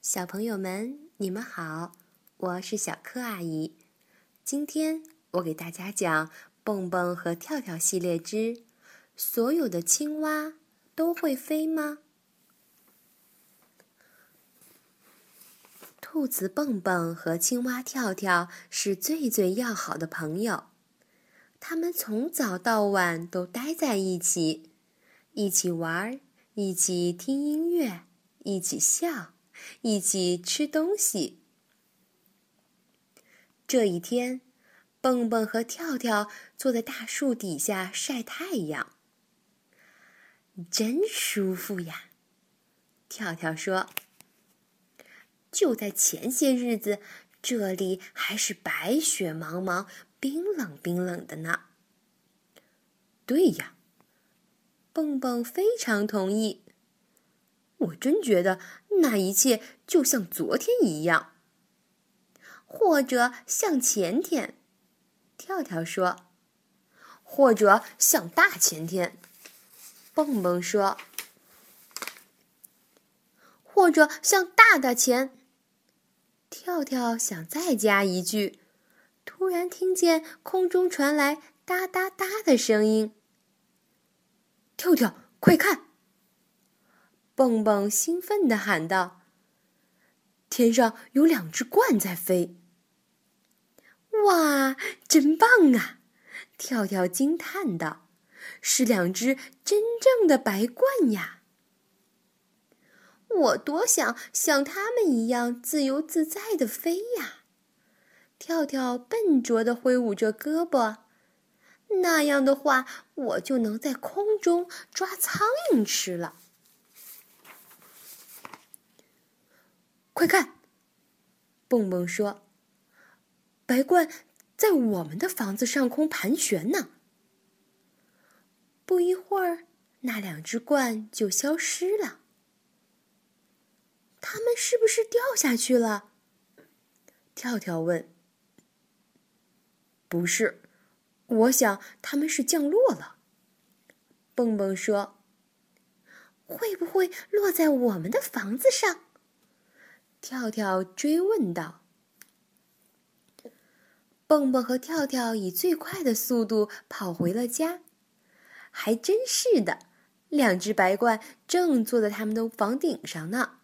小朋友们，你们好，我是小柯阿姨。今天我给大家讲蹦蹦和跳跳系列之所有的青蛙都会飞吗？兔子蹦蹦和青蛙跳跳是最要好的朋友，他们从早到晚都待在一起，一起玩，一起听音乐，一起笑，一起吃东西。这一天，蹦蹦和跳跳坐在大树底下晒太阳，真舒服呀。跳跳说，就在前些日子，这里还是白雪茫茫，冰冷的呢。对呀，蹦蹦非常同意。我真觉得那一切就像昨天一样，或者像前天。跳跳说，或者像大前天。蹦蹦说，或者像大前。跳跳想再加一句，突然听见空中传来哒哒哒的声音。跳跳，快看！蹦蹦兴奋地喊道，天上有2只鹳在飞。哇，真棒啊！跳跳惊叹道，是2只真正的白鹳呀！我多想像它们一样自由自在地飞呀！跳跳笨拙地挥舞着胳膊，那样的话，我就能在空中抓苍蝇吃了。快看！蹦蹦说，白鹳在我们的房子上空盘旋呢。不一会儿，那2只鹳就消失了。它们是不是掉下去了？跳跳问。不是，我想它们是降落了。蹦蹦说。会不会落在我们的房子上？跳跳追问道。蹦蹦和跳跳以最快的速度跑回了家。还真是的，2只白鹳正坐在他们的房顶上呢。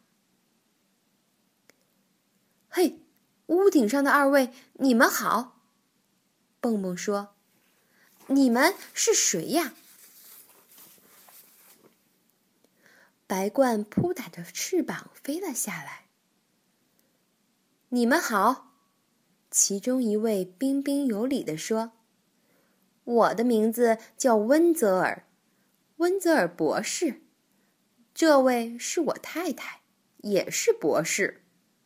嘿，屋顶上的2位，你们好！蹦蹦说，你们是谁呀？白鹳扑打着翅膀飞了下来。你们好，其中一位彬彬有礼地说，我的名字叫温泽尔，温泽尔博士。这位是我太太，也是博士。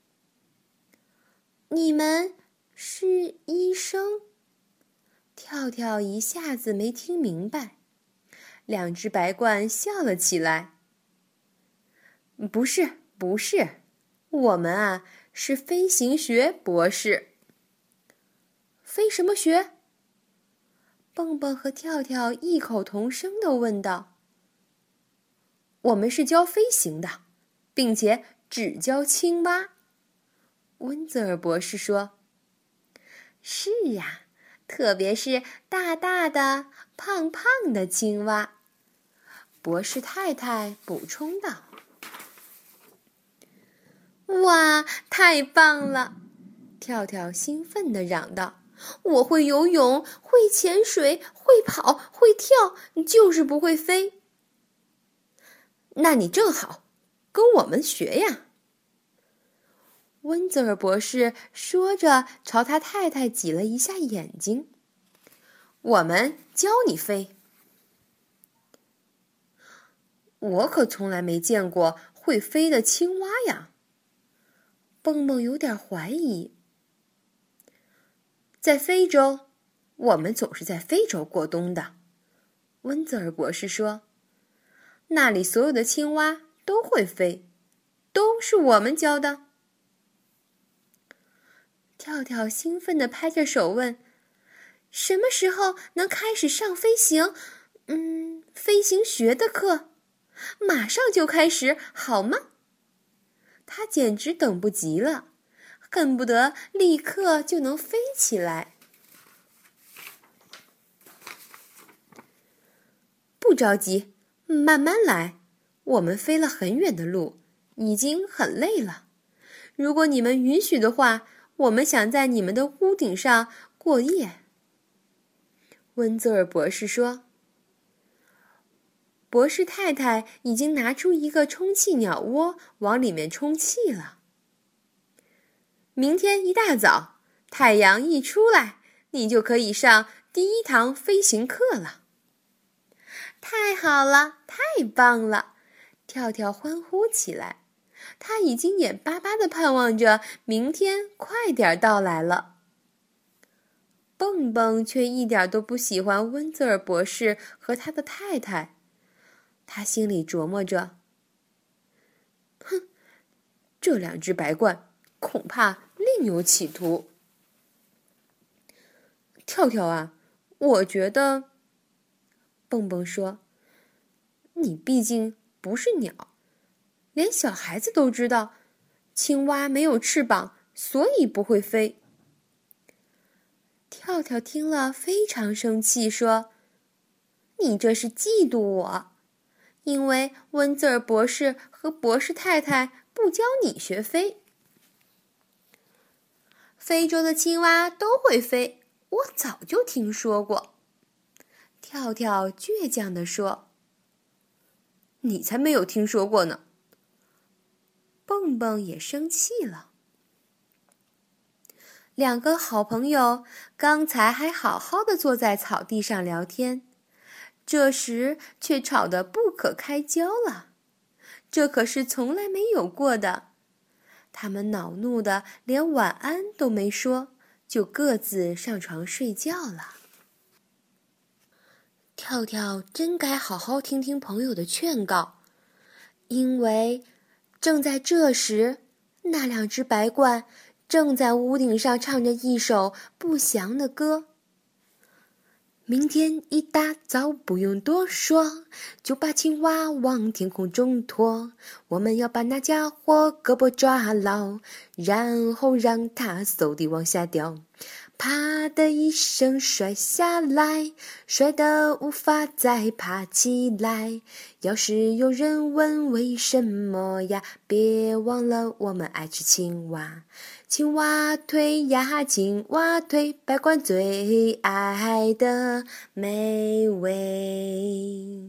你们是医生？跳跳一下子没听明白。2只白鹳笑了起来。不是，我们啊是飞行学博士。飞什么学？蹦蹦和跳跳异口同声地问道。我们是教飞行的，并且只教青蛙。温泽尔博士说。是呀，特别是大大的、胖胖的青蛙。博士太太补充道。哇，太棒了！跳跳兴奋地嚷道，我会游泳，会潜水，会跑，会跳，就是不会飞。那你正好，跟我们学呀！温泽尔博士说着，朝他太太挤了一下眼睛。我们教你飞。我可从来没见过会飞的青蛙呀！蹦蹦有点怀疑。在非洲，我们总是在非洲过冬的。温泽尔博士说，那里所有的青蛙都会飞，都是我们教的。跳跳兴奋地拍着手问，什么时候能开始上飞行飞行学的课？马上就开始好吗？ 他简直等不及了，恨不得立刻就能飞起来。不着急，慢慢来，我们飞了很远的路，已经很累了。如果你们允许的话，我们想在你们的屋顶上过夜。温泽尔博士说。博士太太已经拿出一个充气鸟窝，往里面充气了。明天一大早，太阳一出来，你就可以上第一堂飞行课了。太好了，太棒了！跳跳欢呼起来。他已经眼巴巴地盼望着明天快点到来了。蹦蹦却一点都不喜欢温泽尔博士和他的太太。他心里琢磨着，哼，这两只白鹳恐怕另有企图。跳跳啊，我觉得，蹦蹦说，你毕竟不是鸟，连小孩子都知道，青蛙没有翅膀，所以不会飞。跳跳听了非常生气，说，你这是嫉妒我。因为温泽尔博士和博士太太不教你学飞。非洲的青蛙都会飞，我早就听说过。跳跳倔强地说。你才没有听说过呢。蹦蹦也生气了。两个好朋友刚才还好好的坐在草地上聊天，这时却吵得不可开交了，这可是从来没有过的。他们恼怒的连晚安都没说，就各自上床睡觉了。跳跳真该好好听听朋友的劝告，因为正在这时，那两只白鹳正在屋顶上唱着一首不祥的歌。明天一大早不用多说，就把青蛙往天空中拖。我们要把那家伙胳膊抓牢，然后让它嗖地往下掉。啪的一声摔下来，摔得无法再爬起来。要是有人问为什么呀，别忘了我们爱吃青蛙。青蛙腿呀，青蛙腿，白鹳最爱的美味。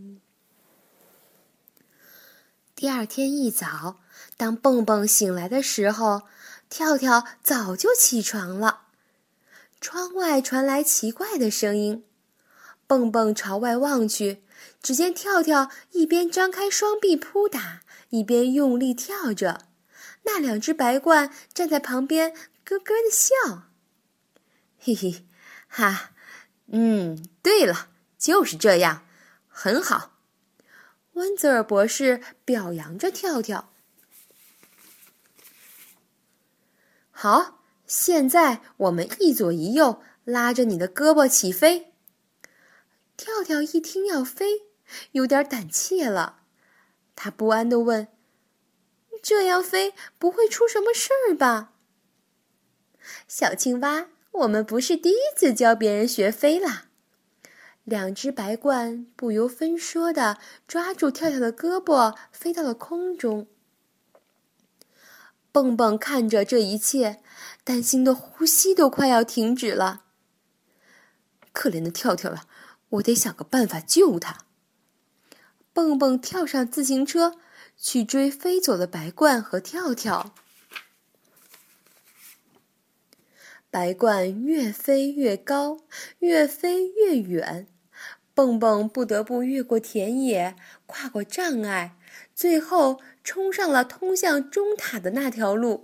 第二天一早，当蹦蹦醒来的时候，跳跳早就起床了。窗外传来奇怪的声音，蹦蹦朝外望去，只见跳跳一边张开双臂扑打，一边用力跳着。那两只白鹳站在旁边咯咯地笑。嘿嘿，哈，对了，就是这样，很好。温泽尔博士表扬着跳跳。好，现在我们一左一右，拉着你的胳膊起飞。跳跳一听要飞，有点胆怯了。他不安地问，这样飞不会出什么事儿吧？小青蛙，我们不是第一次教别人学飞啦。两只白鹳不由分说地抓住跳跳的胳膊，飞到了空中。蹦蹦看着这一切，担心的呼吸都快要停止了。可怜的跳跳啊，我得想个办法救他。蹦蹦跳上自行车，去追飞走的白鹳和跳跳。白鹳越飞越高，越飞越远，蹦蹦不得不越过田野，跨过障碍，最后冲上了通向钟塔的那条路。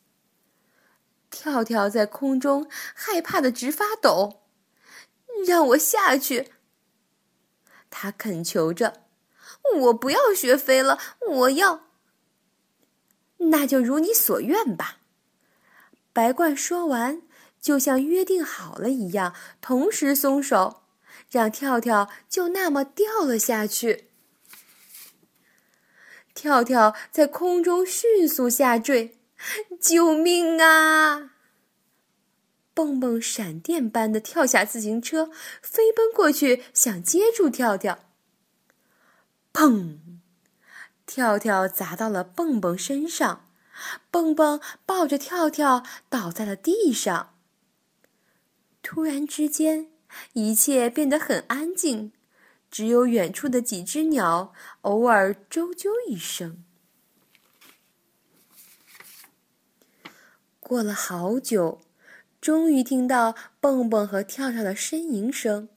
跳跳在空中害怕得直发抖，让我下去，他恳求着，我不要学飞了，我要。那就如你所愿吧。白鹳说完，就像约定好了一样，同时松手，让跳跳就那么掉了下去。 跳跳在空中迅速下坠，救命啊！蹦蹦闪电般地跳下自行车，飞奔过去想接住跳跳。砰！跳跳砸到了蹦蹦身上，蹦蹦抱着跳跳倒在了地上。突然之间，一切变得很安静，只有远处的几只鸟偶尔啾啾一声。过了好久，终于听到蹦蹦和跳跳的呻吟声。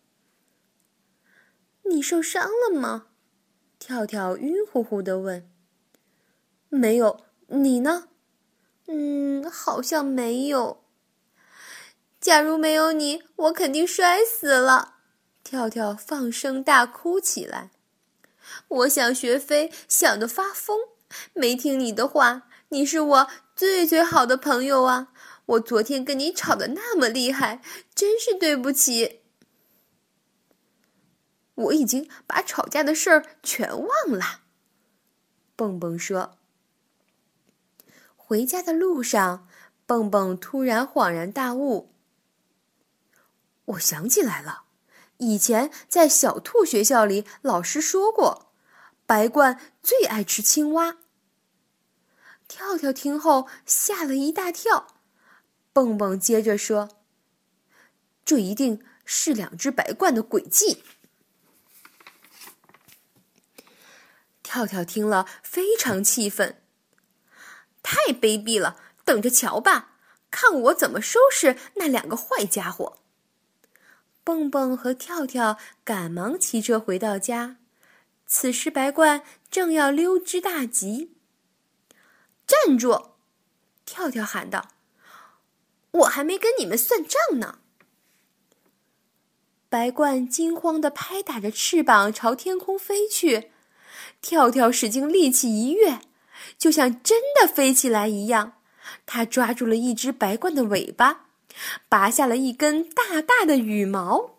你受伤了吗？跳跳晕乎乎地问。没有，你呢？好像没有。假如没有你，我肯定摔死了。跳跳放声大哭起来。我想学飞，想得发疯，没听你的话。你是我最最好的朋友啊！我昨天跟你吵得那么厉害，真是对不起。我已经把吵架的事儿全忘了。蹦蹦说。回家的路上，蹦蹦突然恍然大悟。我想起来了，以前在小兔学校里，老师说过，白鹳最爱吃青蛙。跳跳听后吓了一大跳。蹦蹦接着说，这一定是2只白鹳的诡计。跳跳听了非常气愤，太卑鄙了，等着瞧吧，看我怎么收拾那2个坏家伙。蹦蹦和跳跳赶忙骑车回到家，此时白鹳正要溜之大吉。站住！跳跳喊道，我还没跟你们算账呢。白鹳惊慌地拍打着翅膀朝天空飞去，跳跳使尽力气一跃，就像真的飞起来一样。他抓住了一只白鹳的尾巴，拔下了一根大大的羽毛。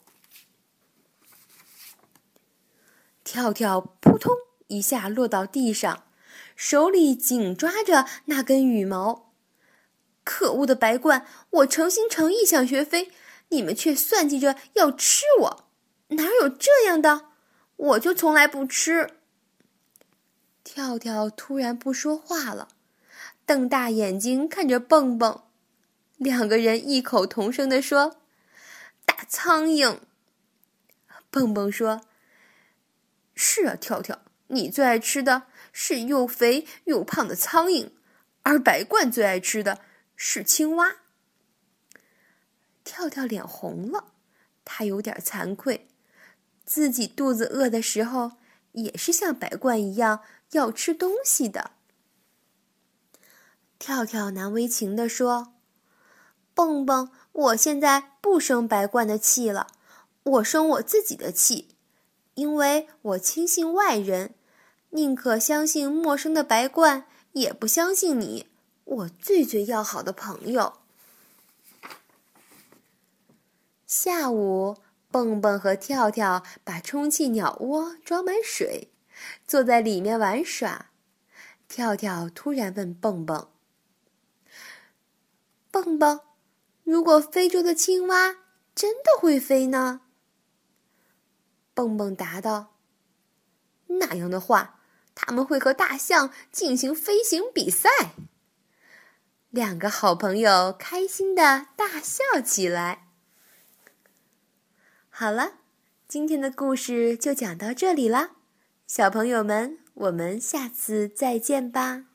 跳跳扑通一下落到地上，手里紧抓着那根羽毛。可恶的白鹳，我诚心诚意想学飞，你们却算计着要吃我，哪有这样的？我就从来不吃。跳跳突然不说话了，瞪大眼睛看着蹦蹦。2个人异口同声地说，大苍蝇。蹦蹦说，是啊，跳跳，你最爱吃的是又肥又胖的苍蝇，而白鹳最爱吃的是青蛙。跳跳脸红了，他有点惭愧，自己肚子饿的时候也是像白鹳一样要吃东西的。跳跳难为情地说，蹦蹦，我现在不生白鹳的气了，我生我自己的气，因为我轻信外人，宁可相信陌生的白鹳，也不相信你，我最最要好的朋友。下午，蹦蹦和跳跳把充气鸟窝装满水，坐在里面玩耍。跳跳突然问蹦蹦，蹦蹦，如果非洲的青蛙真的会飞呢？蹦蹦答道，那样的话，他们会和大象进行飞行比赛。2个好朋友开心地大笑起来。好了，今天的故事就讲到这里啦，小朋友们，我们下次再见吧。